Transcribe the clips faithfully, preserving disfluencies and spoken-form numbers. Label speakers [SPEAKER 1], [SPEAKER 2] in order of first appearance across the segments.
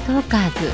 [SPEAKER 1] トーカーズ。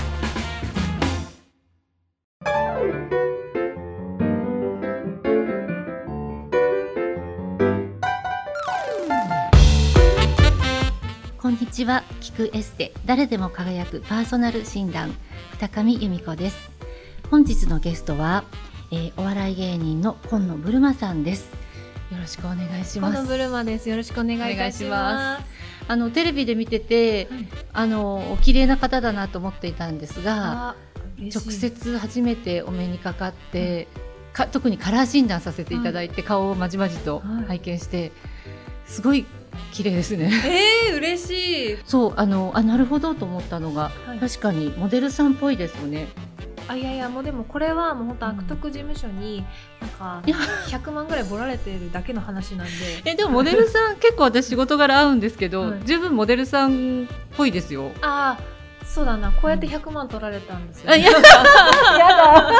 [SPEAKER 1] こんにちは。聞くエステ、誰でも輝くパーソナル診断、二上由美子です。本日のゲストは、えー、お笑い芸人の今野ブルマさんです。よろしくお願いします。
[SPEAKER 2] 今野ブルマです。よろしくお願いいたします。
[SPEAKER 1] あのテレビで見てて、はい、あのお綺麗な方だなと思っていたんですが、直接初めてお目にかかって、うん、か特にカラー診断させていただいて、うん、顔をまじまじと拝見して、はい、すごい綺麗ですね。
[SPEAKER 2] えー、嬉しい。
[SPEAKER 1] そうあのあなるほどと思ったのが、はい、確かにモデルさんっぽいですよね。
[SPEAKER 2] あいやいやもうでもこれはもう本当悪徳事務所になんかひゃくまんぐらいぼられてるだけの話なんで
[SPEAKER 1] えでもモデルさん結構私仕事柄合うんですけど、はい、十分モデルさんっぽいですよ。
[SPEAKER 2] ああそうだな、こうやってひゃくまん取られたんですよ、ね、
[SPEAKER 1] あやだやだ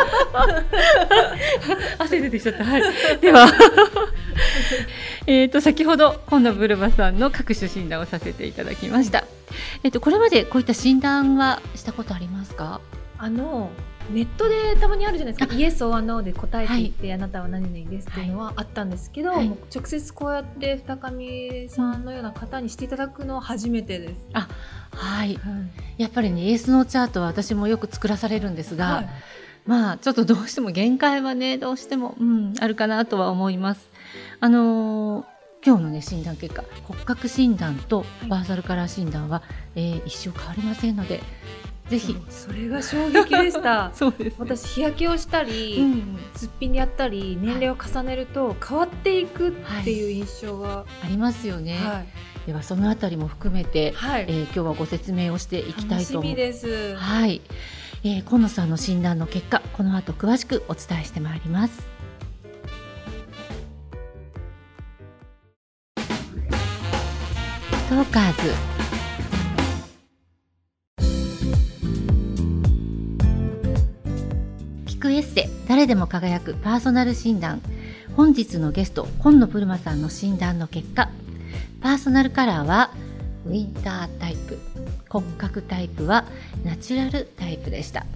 [SPEAKER 1] 汗出てきちゃった、はい、ではえーと先ほど今野ブルマさんの各種診断をさせていただきました。えーとこれまでこういった診断はしたことありますか？
[SPEAKER 2] あのネットでたまにあるじゃないですか、イエス・オア・ノーで答えていって、はい、あなたは何々ですっていうのはあったんですけど、はい、もう直接こうやって二上さんのような方にしていただくのは初めてです。
[SPEAKER 1] あ、はい、はい、やっぱりねイエス・ノーチャートは私もよく作らされるんですが、はい、まあちょっとどうしても限界はねどうしても、うん、あるかなとは思います。あのー、今日のね診断結果、骨格診断とバーサルカラー診断は、はい、えー、一生変わりませんのでぜひ。
[SPEAKER 2] それが衝撃でした
[SPEAKER 1] そうです、ね、
[SPEAKER 2] 私日焼けをしたり、うん、すっぴんでやったり年齢を重ねると変わっていくっていう印象が、はい、
[SPEAKER 1] ありますよね、はい、ではそのあたりも含めて、はい、えー、今日はご説明をしていきたいと思います。楽しみ
[SPEAKER 2] です、
[SPEAKER 1] はいえー、今野さんの診断の結果この後詳しくお伝えしてまいります。トーカーズ聞くエステ、誰でも輝くパーソナル診断。本日のゲスト今野ブルマさんの診断の結果、パーソナルカラーはウィンタータイプ、骨格タイプはナチュラルタイプでした。はい、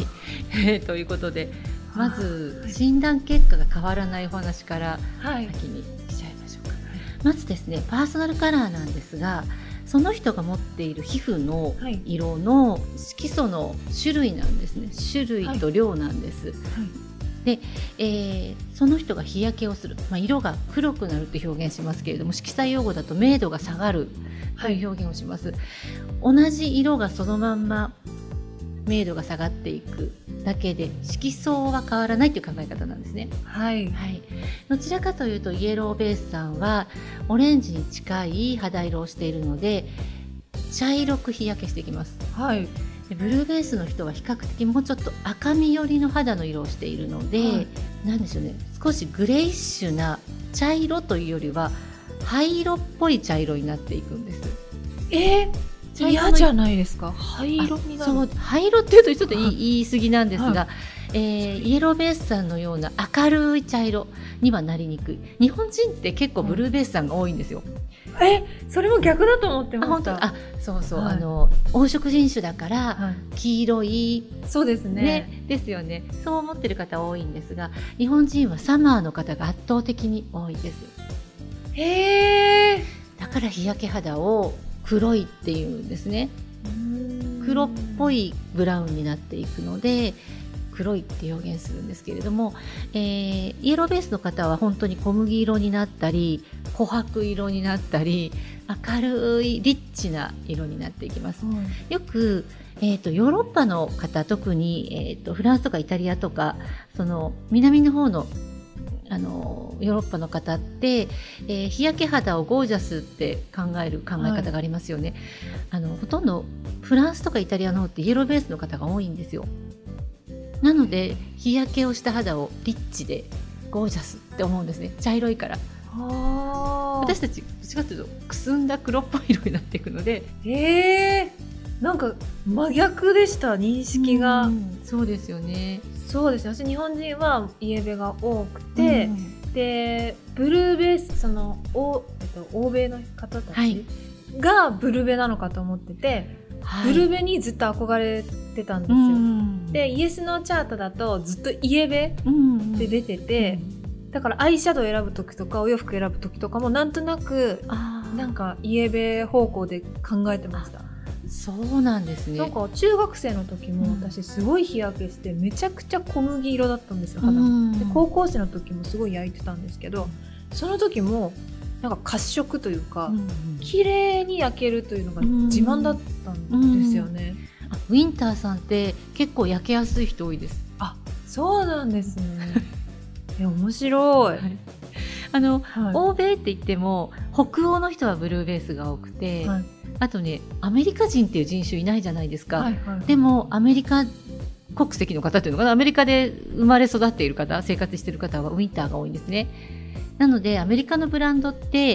[SPEAKER 1] えー、ということでまず診断結果が変わらないお話から先にしちゃいましょうか、はい、まずですねパーソナルカラーなんですが、その人が持っている皮膚の色の色素の種類なんですね。種類と量なんです、はいはい、で、えー、その人が日焼けをする、まあ、色が黒くなると表現しますけれども、色彩用語だと明度が下がるという表現をします、はい、同じ色がそのまんま明度が下がっていくだけで色相は変わらないという考え方なんですね、
[SPEAKER 2] はい
[SPEAKER 1] はい、どちらかというとイエローベースさんはオレンジに近い肌色をしているので茶色く日焼けしていきます、
[SPEAKER 2] はい、
[SPEAKER 1] でブルーベースの人は比較的もうちょっと赤み寄りの肌の色をしているので、はい、なんでしょうね、少しグレイッシュな茶色というよりは灰色っぽい茶色になっていくんです。
[SPEAKER 2] えー嫌じゃないですか。灰色になる。
[SPEAKER 1] そう灰色っていうとちょっと言い、言い過ぎなんですが、はい、えー、イエローベースさんのような明るい茶色にはなりにくい。日本人って結構ブルーベースさんが多いんですよ、
[SPEAKER 2] うん、えそれも逆だと思ってました。
[SPEAKER 1] あ、そうそう、はい、あの黄色人種だから黄色い、
[SPEAKER 2] はい、そうです ね,
[SPEAKER 1] ねですよね。そう思ってる方多いんですが、日本人はサマーの方が圧倒的に多いです。
[SPEAKER 2] へー、
[SPEAKER 1] だから日焼け肌を黒いっていうんですね。黒っぽいブラウンになっていくので黒いって表現するんですけれども、えー、イエローベースの方は本当に小麦色になったり琥珀色になったり明るいリッチな色になっていきます、うん、よく、えーと、ヨーロッパの方特に、えーと、フランスとかイタリアとかその南の方のあのヨーロッパの方って、えー、日焼け肌をゴージャスって考える考え方がありますよね、はい、あのほとんどフランスとかイタリアの方ってイエローベースの方が多いんですよ。なので日焼けをした肌をリッチでゴージャスって思うんですね。茶色いから。あ、私たちどっちかというとくすんだ黒っぽい色になっていくので、
[SPEAKER 2] へー、なんか真逆でした認識が。
[SPEAKER 1] そうですよね。
[SPEAKER 2] そうですね、私日本人はイエベが多くて、うん、でブルーベースそのお、えっと、欧米の方たちがブルベなのかと思ってて、
[SPEAKER 1] はい、
[SPEAKER 2] ブルベにずっと憧れてたんですよ、うん、でイエスのチャートだとずっとイエベって出てて、うんうん、だからアイシャドウ選ぶ時とかお洋服選ぶ時とかもなんとなくなんかイエベ方向で考えてました。
[SPEAKER 1] そうなんですね。
[SPEAKER 2] なんか中学生の時も私すごい日焼けしてめちゃくちゃ小麦色だったんですよ、肌も。で高校生の時もすごい焼いてたんですけど、その時もなんか褐色というか、うんうん、綺麗に焼けるというのが自慢だったんですよね、
[SPEAKER 1] うんうん、あウィンターさんって結構焼けやすい人多いです。
[SPEAKER 2] あ、そうなんですねえ面白い、はい、
[SPEAKER 1] あの、はい、欧米って言っても北欧の人はブルーベースが多くて、はい、あとねアメリカ人っていう人種いないじゃないですか、はいはいはい、でもアメリカ国籍の方っていうのかな、アメリカで生まれ育っている方、生活している方はウィンターが多いんですね。なのでアメリカのブランドって、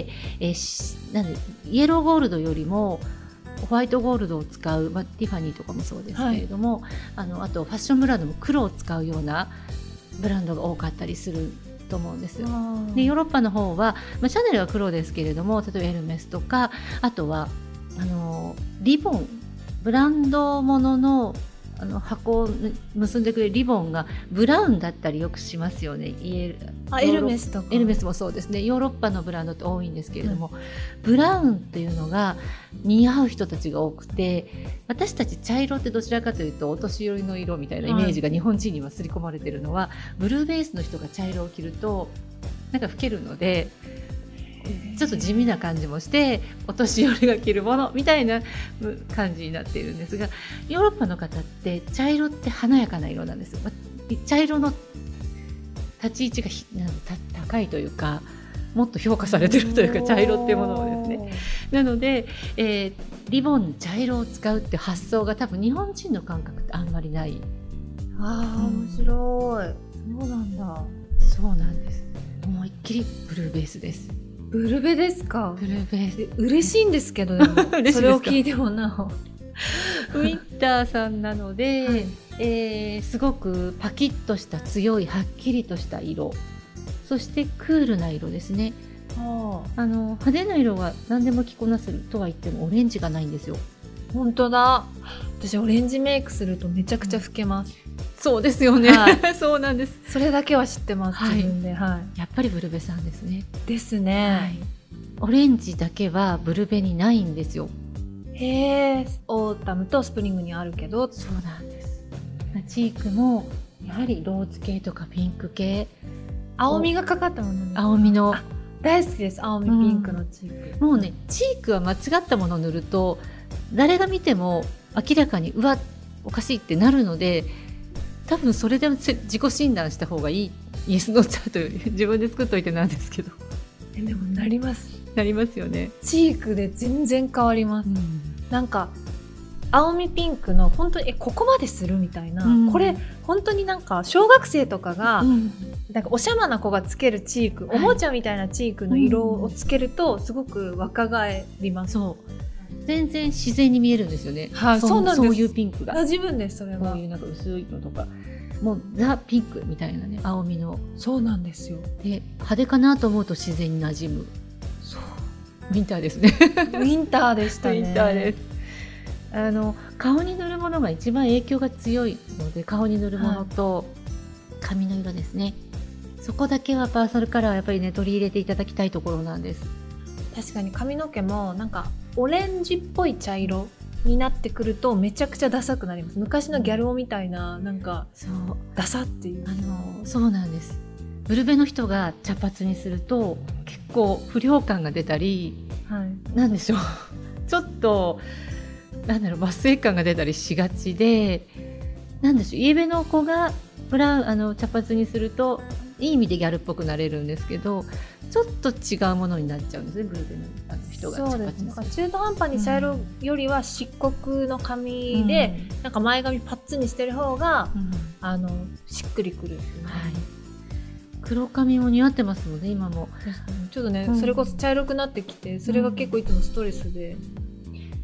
[SPEAKER 1] えー、なんでイエローゴールドよりもホワイトゴールドを使う、まあ、ティファニーとかもそうですけれども、はい、あのあとファッションブランドも黒を使うようなブランドが多かったりすると思うんです。でヨーロッパの方は、まあ、シャネルは黒ですけれども、例えばエルメスとか、あとはあのリボン、ブランドもののあの箱を結んでくれるリボンがブラウンだったりよくしますよね。
[SPEAKER 2] あエルメスとか
[SPEAKER 1] エルメスもそうですね。ヨーロッパのブランドって多いんですけれども、うん、ブラウンっていうのが似合う人たちが多くて、私たち茶色ってどちらかというとお年寄りの色みたいなイメージが日本人には刷り込まれているのは、はい、ブルーベースの人が茶色を着るとなんか老けるのでちょっと地味な感じもしてお年寄りが着るものみたいな感じになっているんですが、ヨーロッパの方って茶色って華やかな色なんですよ。茶色の立ち位置が高いというか、もっと評価されているというか、茶色っていうものをですね。なので、えー、リボン茶色を使うって発想が多分日本人の感覚ってあんまりない。
[SPEAKER 2] ああ、面白い。そうなんだ。
[SPEAKER 1] そうなんです。思いっきりブルーベースです。
[SPEAKER 2] ブルベですか。
[SPEAKER 1] ブルーベース
[SPEAKER 2] 嬉しいんですけど、でもそれを聞いてもなお
[SPEAKER 1] ウィンターさんなので、はい、えー、すごくパキッとした強いはっきりとした色、そしてクールな色ですね。はあ、あの派手な色は何でも着こなせるとは言ってもオレンジがないんですよ。
[SPEAKER 2] 本当だ。私オレンジメイクするとめちゃくちゃ老けます。
[SPEAKER 1] うん、そうですよね、はい、そうなんです。
[SPEAKER 2] それだけは知ってます、はい、自分で、はい、
[SPEAKER 1] やっぱりブルベさんですね。
[SPEAKER 2] ですね、はい、
[SPEAKER 1] オレンジだけはブルベにないんですよ。
[SPEAKER 2] へえ、オータムとスプリングにあるけど。
[SPEAKER 1] そうなんです。チークもやはりローズ系とかピンク系、
[SPEAKER 2] 青みがかかったものです。
[SPEAKER 1] 青みの
[SPEAKER 2] 大好きです。青みピンクのチーク、
[SPEAKER 1] うん、もうね、チークは間違ったものを塗ると誰が見ても明らかにうわおかしいってなるので、多分それで自己診断した方がいい。イエスノーチャートより自分で作っといてなんですけど、
[SPEAKER 2] でもなります
[SPEAKER 1] なりますよね。
[SPEAKER 2] チークで全然変わります、うん、なんか青みピンクの本当にえここまでするみたいな、うん、これ本当になんか小学生とかが、うん、なんかおしゃまな子がつけるチーク、はい、おもちゃみたいなチークの色をつけるとすごく若返ります、
[SPEAKER 1] うん、そう全然自然に見えるんですよね。
[SPEAKER 2] はい、そうなんです。
[SPEAKER 1] そういうピンクが
[SPEAKER 2] 自分です。それは
[SPEAKER 1] こういうなんか薄いのとかもうザ・ピンクみたいなね、青みの。
[SPEAKER 2] そうなんですよ。
[SPEAKER 1] で派手かなと思うと自然に馴染む。そうウィンターですね。ウ
[SPEAKER 2] ィンターでしたね。
[SPEAKER 1] ウィンターです。あの顔に塗るものが一番影響が強いので、顔に塗るものと髪の色ですね、はい、そこだけはパーソナルカラーはやっぱりね取り入れていただきたいところなんです。
[SPEAKER 2] 確かに髪の毛もなんかオレンジっぽい茶色になってくるとめちゃくちゃダサくなります。昔のギャル男みたいな、なんかそうダサっていう、
[SPEAKER 1] あのそうなんです。ブルベの人が茶髪にすると結構不良感が出たり、はい、なんでしょうちょっとなんだろう抜粋感が出たりしがちで、なんでしょう、イエベの子がブラウンあの茶髪にするといい意味でギャルっぽくなれるんですけど、ちょっと違うものになっちゃうんですね、ブルベのあの人が茶髪にする。
[SPEAKER 2] そうです。中途半端に茶色よりは漆黒の髪で、うん、なんか前髪パッツンにしてる方が、うん、あのしっくりくる、はい、
[SPEAKER 1] 黒髪も似合ってますので今も
[SPEAKER 2] ちょっとね、うん、それこそ茶色くなってきて、それが結構いつもストレスで、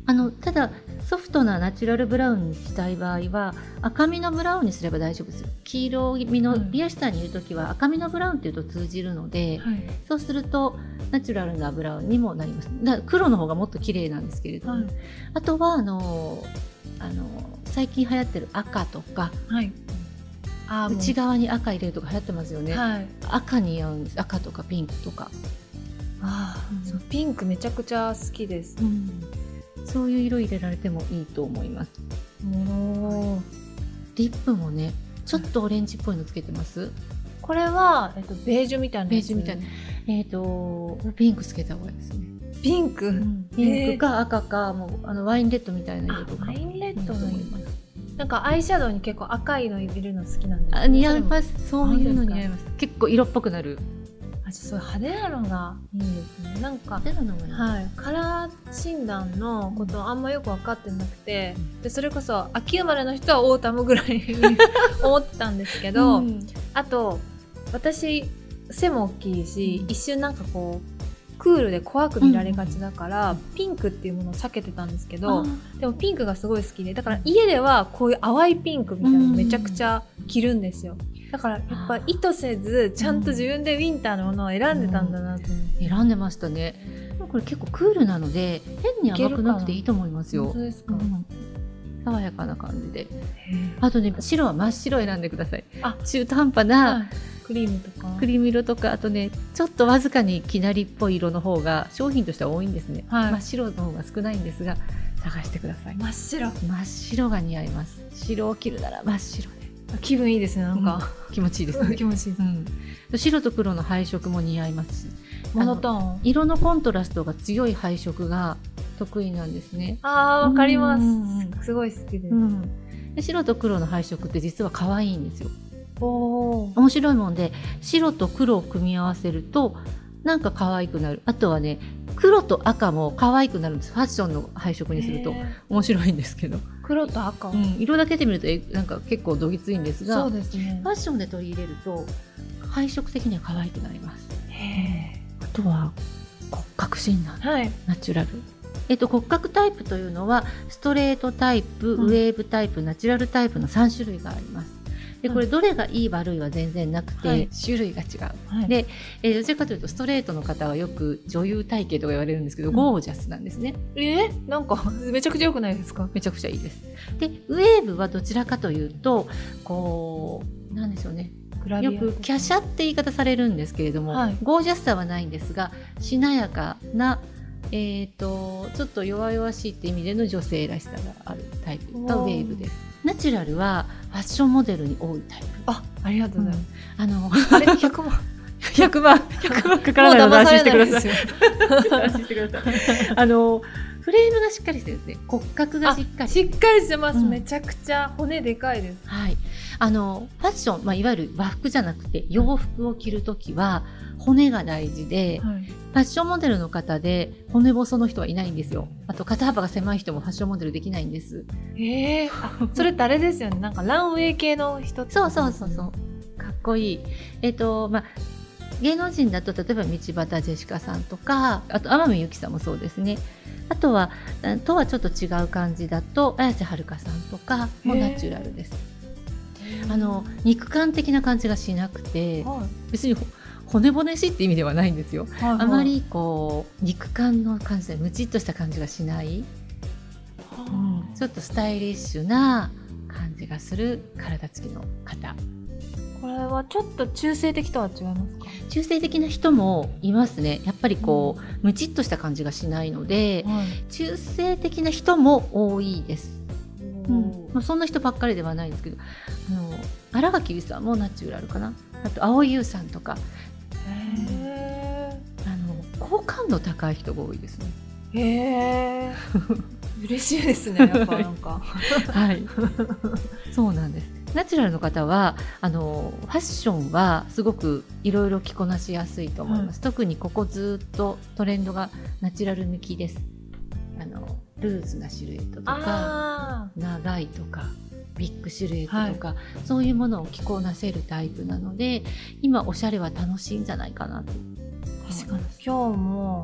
[SPEAKER 1] あのただソフトなナチュラルブラウンにしたい場合は赤みのブラウンにすれば大丈夫ですよ。黄色みの、
[SPEAKER 2] はい
[SPEAKER 1] 美容師さんにいるときは赤みのブラウンっていうと通じるので、
[SPEAKER 2] はい
[SPEAKER 1] そうするとナチュラルなブラウンにもなります。だから黒の方がもっと綺麗なんですけれども、
[SPEAKER 2] はい
[SPEAKER 1] あとはあのあの最近流行ってる赤とか
[SPEAKER 2] はいあーもう
[SPEAKER 1] 内側に赤入れるとか流行ってますよね、
[SPEAKER 2] はい
[SPEAKER 1] 赤に合うんです。赤とかピンクとか、
[SPEAKER 2] あーそうピンクめちゃくちゃ好きです。
[SPEAKER 1] そういう色入れられてもいいと思います。
[SPEAKER 2] おー
[SPEAKER 1] リップもねちょっとオレンジっぽいのつけてます。
[SPEAKER 2] これは、えっと、ベージュみたいな
[SPEAKER 1] ベー
[SPEAKER 2] やつ
[SPEAKER 1] ジュみたいな、えっ、とピンクつけた方がいいですね。
[SPEAKER 2] ピンク、
[SPEAKER 1] ピンクか赤か、もうあのワインレッドみたいな色とか
[SPEAKER 2] あワインレッドの色
[SPEAKER 1] いいと思います。
[SPEAKER 2] なんかアイシャドウに結構赤いの入れるの好きなんです。
[SPEAKER 1] あ、似合いま
[SPEAKER 2] す。
[SPEAKER 1] す。そういうの似合います。結構色っぽくなる。
[SPEAKER 2] あ、じゃあそういう派手なのがいいんですね。なんか
[SPEAKER 1] 出るのがいい。
[SPEAKER 2] はい、カラー診断のことあんまよく分かってなくて、でそれこそ秋生まれの人はオータムぐらいに思ってたんですけど、
[SPEAKER 1] うん
[SPEAKER 2] あと私背も大きいし、
[SPEAKER 1] うん
[SPEAKER 2] 一瞬なんかこうクールで怖く見られがちだから、ピンクっていうものを避けてたんですけど、でもピンクがすごい好きで、だから家ではこういう淡いピンクみたいなのめちゃくちゃ着るんですよ。だからやっぱ意図せずちゃんと自分でウィンターのものを選んでたんだなと思って、
[SPEAKER 1] 選んでましたね。でもこれ結構クールなので変に甘くなくていいと思いますよ。
[SPEAKER 2] 本当ですか、
[SPEAKER 1] うん爽やかな感じで。
[SPEAKER 2] へー
[SPEAKER 1] あとね、白は真っ白選んでください。
[SPEAKER 2] あ
[SPEAKER 1] 中途半端な
[SPEAKER 2] はいクリームとか
[SPEAKER 1] クリーム色とか、あとねちょっとわずかにきなりっぽい色の方が商品としては多いんですね、
[SPEAKER 2] はい
[SPEAKER 1] 真っ白の方が少ないんですが探してください。
[SPEAKER 2] 真っ白。
[SPEAKER 1] 真っ白が似合います。白を着るなら真っ白で
[SPEAKER 2] 気分いいですね、なんか。
[SPEAKER 1] 気持ちいいですね
[SPEAKER 2] 気持ちいいです。
[SPEAKER 1] うん、白と黒の配色も似合いますし、
[SPEAKER 2] モノトーン。
[SPEAKER 1] 色のコントラストが強い配色が得意なんですね。
[SPEAKER 2] あー、わかりま
[SPEAKER 1] うんうん
[SPEAKER 2] す。すごい好きです。
[SPEAKER 1] うん、で白と黒の配色って実は可愛いんですよ。
[SPEAKER 2] おー。
[SPEAKER 1] 面白いもんで、白と黒を組み合わせるとなんか可愛くなる。あとはね、黒と赤も可愛くなるんです。ファッションの配色にすると
[SPEAKER 2] へー
[SPEAKER 1] 面白いんですけど、
[SPEAKER 2] 黒と赤。
[SPEAKER 1] うん、色だけで見るとえなんか結構どぎついんですが、
[SPEAKER 2] そうですね
[SPEAKER 1] フ。ァッションで取り入れると配色的には可愛くなります。
[SPEAKER 2] へ
[SPEAKER 1] あとは骨格診断、
[SPEAKER 2] ーはい。
[SPEAKER 1] ナチュラル、えっと、骨格タイプというのはストレートタイプ、
[SPEAKER 2] うん
[SPEAKER 1] ウェーブタイプ、ナチュラルタイプのさん種類があります。でこれどれがいい悪いは全然なくて、
[SPEAKER 2] はい
[SPEAKER 1] 種類が違う。
[SPEAKER 2] はい
[SPEAKER 1] で、えーどちらかというとストレートの方はよく女優体型とか言われるんですけど、
[SPEAKER 2] うん
[SPEAKER 1] ゴージャスなんですね。
[SPEAKER 2] えー、なんかめちゃくちゃ良くないですか？
[SPEAKER 1] めちゃくちゃいいです。でウェーブはどちらかというとこうなんでしょうね、
[SPEAKER 2] グラビア
[SPEAKER 1] よくキャシャって言い方されるんですけれども、
[SPEAKER 2] はい
[SPEAKER 1] ゴージャスさはないんですがしなやかな、えー、とちょっと弱々しいって意味での女性らしさがあるタイプがウェーブです。ナチュラルはファッションモデルに多いタイプ。
[SPEAKER 2] あ、ありがとうございます。
[SPEAKER 1] あの
[SPEAKER 2] あれひゃくまん。
[SPEAKER 1] ひゃくまんひゃくまんかからないので安心してください。
[SPEAKER 2] よ。
[SPEAKER 1] 安心してください。あのフレームがしっかりしてるんですね。骨格がしっかり。
[SPEAKER 2] しっかりしてます。
[SPEAKER 1] うん
[SPEAKER 2] めちゃくちゃ骨でかいです。
[SPEAKER 1] はい。あのファッション、まあ、いわゆる和服じゃなくて洋服を着るときは骨が大事で、
[SPEAKER 2] はい。
[SPEAKER 1] ファッションモデルの方で骨細の人はいないんですよ。あと肩幅が狭い人もファッションモデルできないんです。
[SPEAKER 2] ええー、あ、それってあれですよね。なんかランウェイ系の人って
[SPEAKER 1] そうそうそうそう。かっこいい。えっ、とまあ芸能人だと例えば道端ジェシカさんとか、あと天海祐希さんもそうですね。あとはあとはちょっと違う感じだと綾瀬はるかさんとかもナチュラルです。あの肉感的な感じがしなくて、
[SPEAKER 2] はい
[SPEAKER 1] 別にほ骨々しいって意味ではないんですよ。
[SPEAKER 2] はいはい、
[SPEAKER 1] あまりこう肉感の感じでムチっとした感じがしない、
[SPEAKER 2] は
[SPEAKER 1] ちょっとスタイリッシュな感じがする体つきの方。
[SPEAKER 2] あ、これはちょっと中性的とは違いますか？
[SPEAKER 1] 中性的な人もいますね。やっぱりこう、ムチっとした感じがしないので、
[SPEAKER 2] はい。
[SPEAKER 1] 中性的な人も多いです。
[SPEAKER 2] う
[SPEAKER 1] うんんまあ、そんな人ばっかりではないんですけど、あの新垣結衣さんもナチュラルかな。あと蒼井優さんとか、
[SPEAKER 2] へ
[SPEAKER 1] あの好感度高い人が多いですね。
[SPEAKER 2] え。へえ。嬉しいですね。やっぱなんか。
[SPEAKER 1] はい、そうなんです。ナチュラルの方はあのファッションはすごくいろいろ着こなしやすいと思います、
[SPEAKER 2] は
[SPEAKER 1] 特にここずっとトレンドがナチュラル向きです。あのルーズなシルエットとか
[SPEAKER 2] あ
[SPEAKER 1] 長いとかビッグシルエットとか、そういうものを着こなせるタイプなので今おしゃれは楽しいんじゃないかなと
[SPEAKER 2] あ、確かに。今日も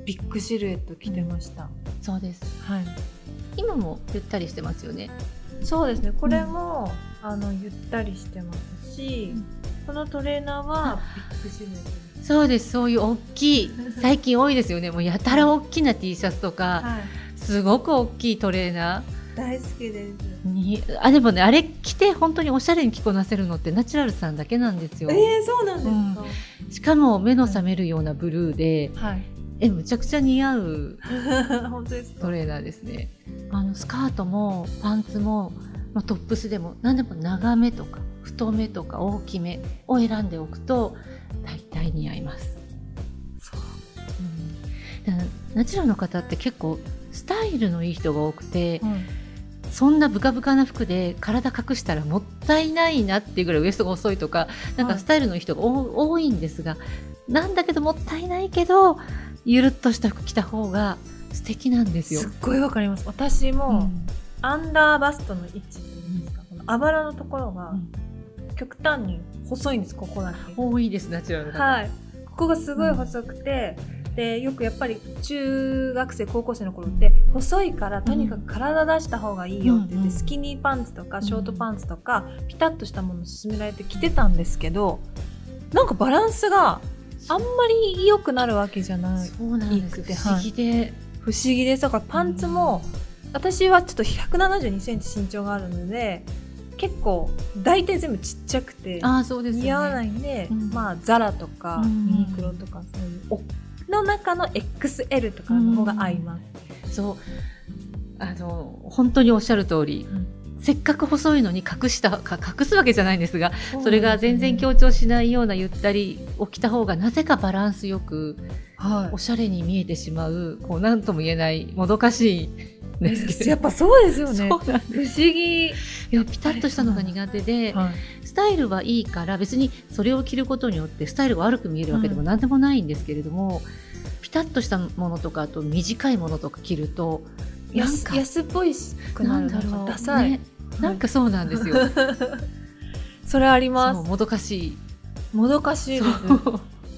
[SPEAKER 2] ビッグシルエット着てました、うん、
[SPEAKER 1] そうです、
[SPEAKER 2] はい、
[SPEAKER 1] 今もゆったりしてますよね。
[SPEAKER 2] そうですね、これも、うん、あのゆったりしてますし、うん、このトレーナーはビッグシルエットです。
[SPEAKER 1] そうです、そういう大きい最近多いですよね。もうやたら大きな T シャツとか、はい、すごく大きいトレーナ
[SPEAKER 2] ー大好きです
[SPEAKER 1] に。あでもね、あれ着て本当におしゃれに着こなせるのってナチュラルさんだけなんですよ。
[SPEAKER 2] えー、そうなんですか、
[SPEAKER 1] うん、しかも目の覚めるようなブルーで、はい、えむちゃくちゃ似合う
[SPEAKER 2] 本当ですか。
[SPEAKER 1] トレーナーですね。あのスカートもパンツも、まあ、トップスでも何でも長めとか太めとか大きめを選んでおくと大体似合います。そう、うん、だからナチュラルの方って結構スタイルのいい人が多くて、うん、そんなブカブカな服で体隠したらもったいないなっていうぐらいウエストが細いとか、なんかスタイルのいい人が多いんですが、なんだけどもったいないけどゆるっとした服着た方が素敵なんですよ。
[SPEAKER 2] すっごいわかります。私も、うん、アンダーバストの位置っていうんですか、このあばらのところが、うん極端に細いんです。ここだけ
[SPEAKER 1] 多いです。ナチュラル
[SPEAKER 2] な、はい、ここがすごい細くて、うん、でよくやっぱり中学生高校生の頃って細いからとにかく体出した方がいいよって言って、うん、スキニーパンツとかショートパンツとか、うん、ピタッとしたものを勧められて着てたんですけど、なんかバランスがあんまり良くなるわけじゃない。
[SPEAKER 1] そうなんです。不思議で、はい、
[SPEAKER 2] 不思議です。だからパンツも、うん、私はちょっとひゃくななじゅうにセンチ身長があるので結構大体全部ちっちゃくて似合わないんで、うん、まあザラとかユニクロとかそういうおの中の エックスエル とかの方が合います、
[SPEAKER 1] うん、そうあの本当におっしゃる通り、うん、せっかく細いのに隠したか隠すわけじゃないんですが、それが全然強調しないようなゆったりを着た方がなぜかバランスよく、はい、おしゃれに見えてしまう、こう何とも言えないもどかしいですけど、
[SPEAKER 2] やっぱそうですよね。
[SPEAKER 1] そうなんです。
[SPEAKER 2] 不思議。い
[SPEAKER 1] やピタッとしたのが苦手で、はい、スタイルはいいから別にそれを着ることによってスタイルが悪く見えるわけでも何でもないんですけれども、うん、ピタッとしたものとかあと短いものとか着ると
[SPEAKER 2] なんか安っぽいくなる。なんだろう、ダサい、ね、
[SPEAKER 1] なんかそうなんですよ、はい、
[SPEAKER 2] それあります。
[SPEAKER 1] もどかしい
[SPEAKER 2] もどかしいです。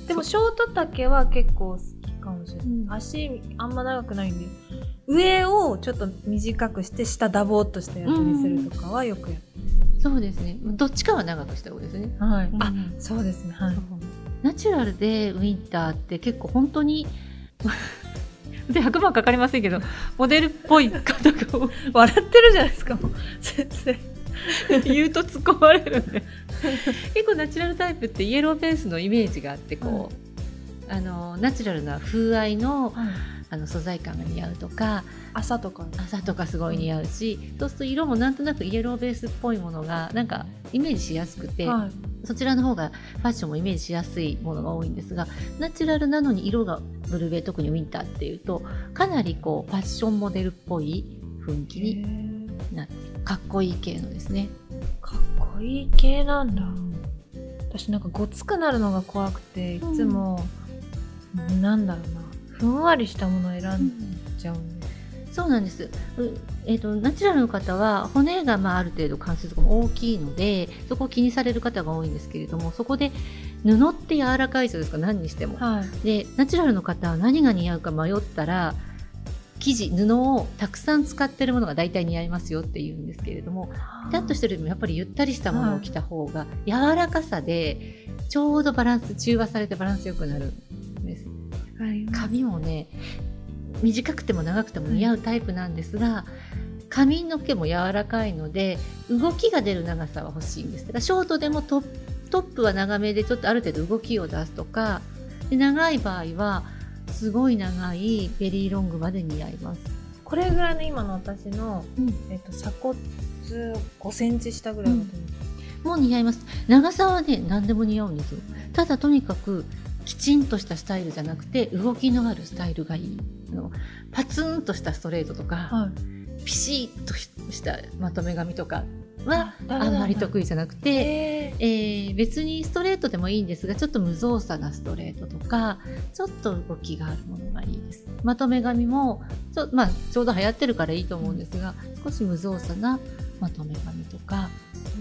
[SPEAKER 2] でもショート丈は結構好きかもしれない、うん、足あんま長くないんで上をちょっと短くして下ダボーっとしたやつにするとかはよくやって、
[SPEAKER 1] うん、そうですね。どっちかは長くした方がいいですね、
[SPEAKER 2] はい、うん、あそうですね、はい、
[SPEAKER 1] ナチュラルでウィンターって結構本当にでひゃくまんかかりませんけどモデルっぽい方が
[SPEAKER 2] 笑ってるじゃないですかもう先生
[SPEAKER 1] 言うと突っ込まれるんで結構ナチュラルタイプってイエローベースのイメージがあってこう、うん、あのナチュラルな風合いの、うんあの素材感が似合うとか
[SPEAKER 2] 朝とか
[SPEAKER 1] 朝とかすごい似合うし、うん、そうすると色もなんとなくイエローベースっぽいものがなんかイメージしやすくて、はい、そちらの方がファッションもイメージしやすいものが多いんですが、ナチュラルなのに色がブルベ特にウィンターっていうとかなりこうファッションモデルっぽい雰囲気になってかっこいい系のですね。
[SPEAKER 2] かっこいい系なんだ、うん、私なんかごつくなるのが怖くていつも、うん、なんだろうなふんわりしたものを選んじゃうんで、
[SPEAKER 1] うん、そうなんです、えーと、ナチュラルの方は骨がまあある程度関節とかも大きいのでそこを気にされる方が多いんですけれども、そこで布って柔らかいじゃないですか何にしても、はい、でナチュラルの方は何が似合うか迷ったら生地布をたくさん使ってるものが大体似合いますよって言うんですけれども、ピタッとしてるよりもやっぱりゆったりしたものを着た方が柔らかさでちょうどバランス中和されてバランスよくなるんです。髪もね短くても長くても似合うタイプなんですが、うん、髪の毛も柔らかいので動きが出る長さは欲しいんです。だからショートでもトップ、トップは長めでちょっとある程度動きを出すとかで、長い場合はすごい長いベリーロングまで似合います。
[SPEAKER 2] これぐらいの今の私の、うんえっと、鎖骨ごセンチ下ぐらいだと思う、
[SPEAKER 1] うん、もう似合います。長さはね何でも似合うんですよ。ただとにかくきちんとしたスタイルじゃなくて動きのあるスタイルがいい。あのパツンとしたストレートとか、はい、ピシッとしたまとめ髪とかはあんまり得意じゃなくて、えー、別にストレートでもいいんですがちょっと無造作なストレートとかちょっと動きがあるものがいいです。まとめ髪もち ょ,、まあ、ちょうど流行ってるからいいと思うんですが、少し無造作なまとめ髪とか、うん、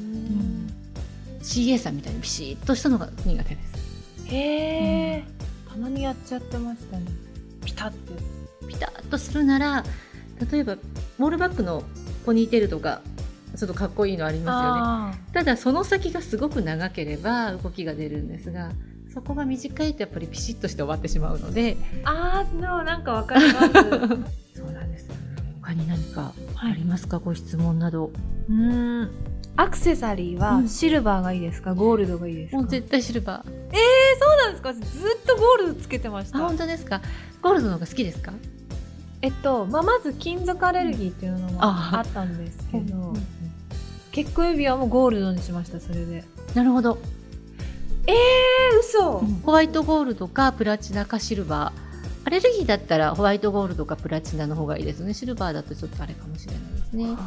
[SPEAKER 1] シーエー さんみたいにピシッとしたのが苦手です。
[SPEAKER 2] へー、うん、たまにやっちゃってましたね。 ピタッて
[SPEAKER 1] ピタッとするなら、例えばボールバックのポニーテールとかちょっとかっこいいのありますよね。ただその先がすごく長ければ動きが出るんですが、そこが短いとやっぱりピシッとして終わってしまうので。
[SPEAKER 2] ああ、なんかわかります
[SPEAKER 1] そうなんです。他に何かありますか、はい、ご質問など。
[SPEAKER 2] うーん、アクセサリーはシルバーがいいですか、うん、ゴールドがいいですか？
[SPEAKER 1] もう絶対シルバー。
[SPEAKER 2] えー、そうなんですか。ずっとゴールドつけてました。
[SPEAKER 1] あ、本当ですか。ゴールドの方が好きですか？
[SPEAKER 2] えっと、まあ、まず金属アレルギーっていうのもあったんですけど、うんうんうん、結婚指輪もゴールドにしました。それで。
[SPEAKER 1] なるほど。
[SPEAKER 2] えー、嘘、
[SPEAKER 1] うん、ホワイトゴールドかプラチナかシルバー。アレルギーだったらホワイトゴールドかプラチナの方がいいですね。シルバーだとちょっとあれかもしれないですね。はい、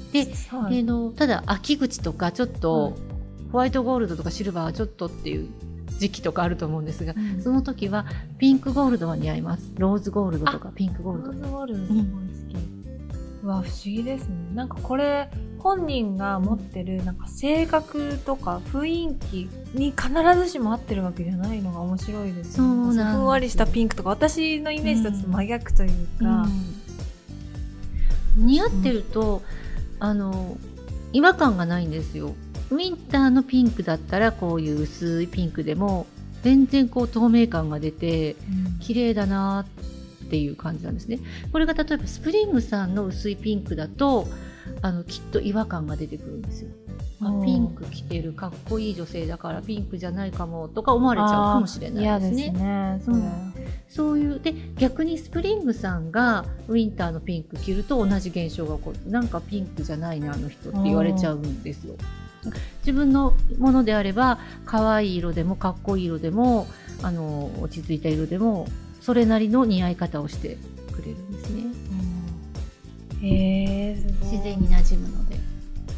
[SPEAKER 1] で、はい、えー、のただ秋口とかちょっと、はい、ホワイトゴールドとかシルバーはちょっとっていう時期とかあると思うんですが、うん、その時はピンクゴールドは似合います。ローズゴールドとかピンクゴールド。
[SPEAKER 2] ローズゴールドすごい好き。うん、うわ、不思議ですね。なんかこれ本人が持ってるなんか性格とか雰囲気に必ずしも合ってるわけじゃないのが面白いですね。そうなんです。ふんわりしたピンクとか私のイメージと真逆というか、
[SPEAKER 1] うん、似合ってると、うん、あの違和感がないんですよ。ウィンターのピンクだったらこういう薄いピンクでも全然こう透明感が出て、うん、綺麗だなっていう感じなんですね。これが例えばスプリングさんの薄いピンクだとあのきっと違和感が出てくるんですよ。あ、ピンク着てるかっこいい女性だからピンクじゃないかもとか思われちゃうかもしれないですね。
[SPEAKER 2] 嫌ですね、それ、うん、
[SPEAKER 1] そういうで逆にスプリングさんがウィンターのピンク着ると同じ現象が起こる。なんかピンクじゃないなあの人って言われちゃうんですよ。自分のものであれば可愛い色でもかっこいい色でもあの落ち着いた色でもそれなりの似合い方をしてくれるんですね。
[SPEAKER 2] うん、へー、すごい。
[SPEAKER 1] 自然に馴染むので。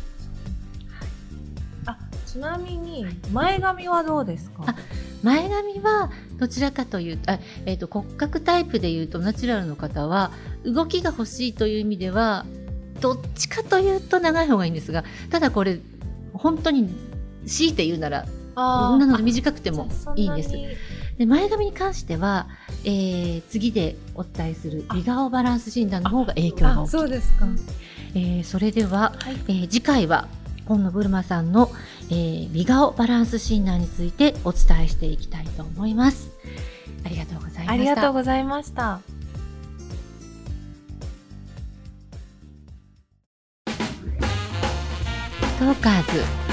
[SPEAKER 2] あ、ちなみに前髪はどうですか？
[SPEAKER 1] あ、前髪はどちらかというと、あ、えーと、骨格タイプでいうとナチュラルの方は動きが欲しいという意味ではどっちかというと長い方がいいんですが、ただこれ本当に強いて言うならなので短くてもいいんです。で、前髪に関しては、えー、次でお伝えする美顔バランス診断の方が影響が大きい。
[SPEAKER 2] そうですか。
[SPEAKER 1] えー、それでは、はい、えー、次回は今野ブルマさんの、えー、美顔バランス診断についてお伝えしていきたいと思います。ありがとうございました。
[SPEAKER 2] ありがとうございました。
[SPEAKER 1] トーカーズ